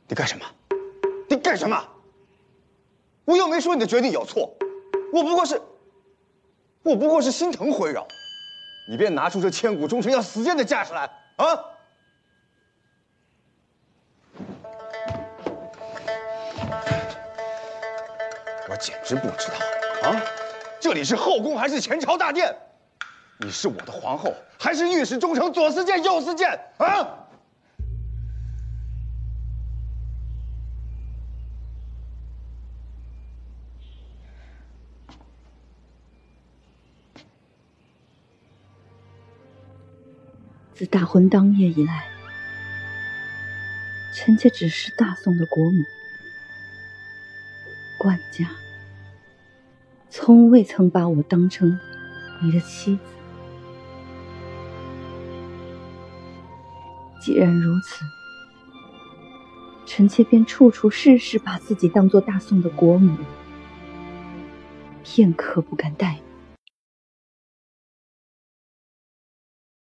你干什么？你干什么？我又没说你的决定有错，我不过是心疼辉扰，你便拿出这千古忠臣要死谏的架势来啊！我简直不知道啊，这里是后宫还是前朝大殿？你是我的皇后，还是御史中丞左司谏、右司谏啊？ 自大婚当夜以来，臣妾只是大宋的国母，管家从未曾把我当成你的妻子。既然如此，臣妾便处处事事把自己当作大宋的国母，片刻不敢怠慢。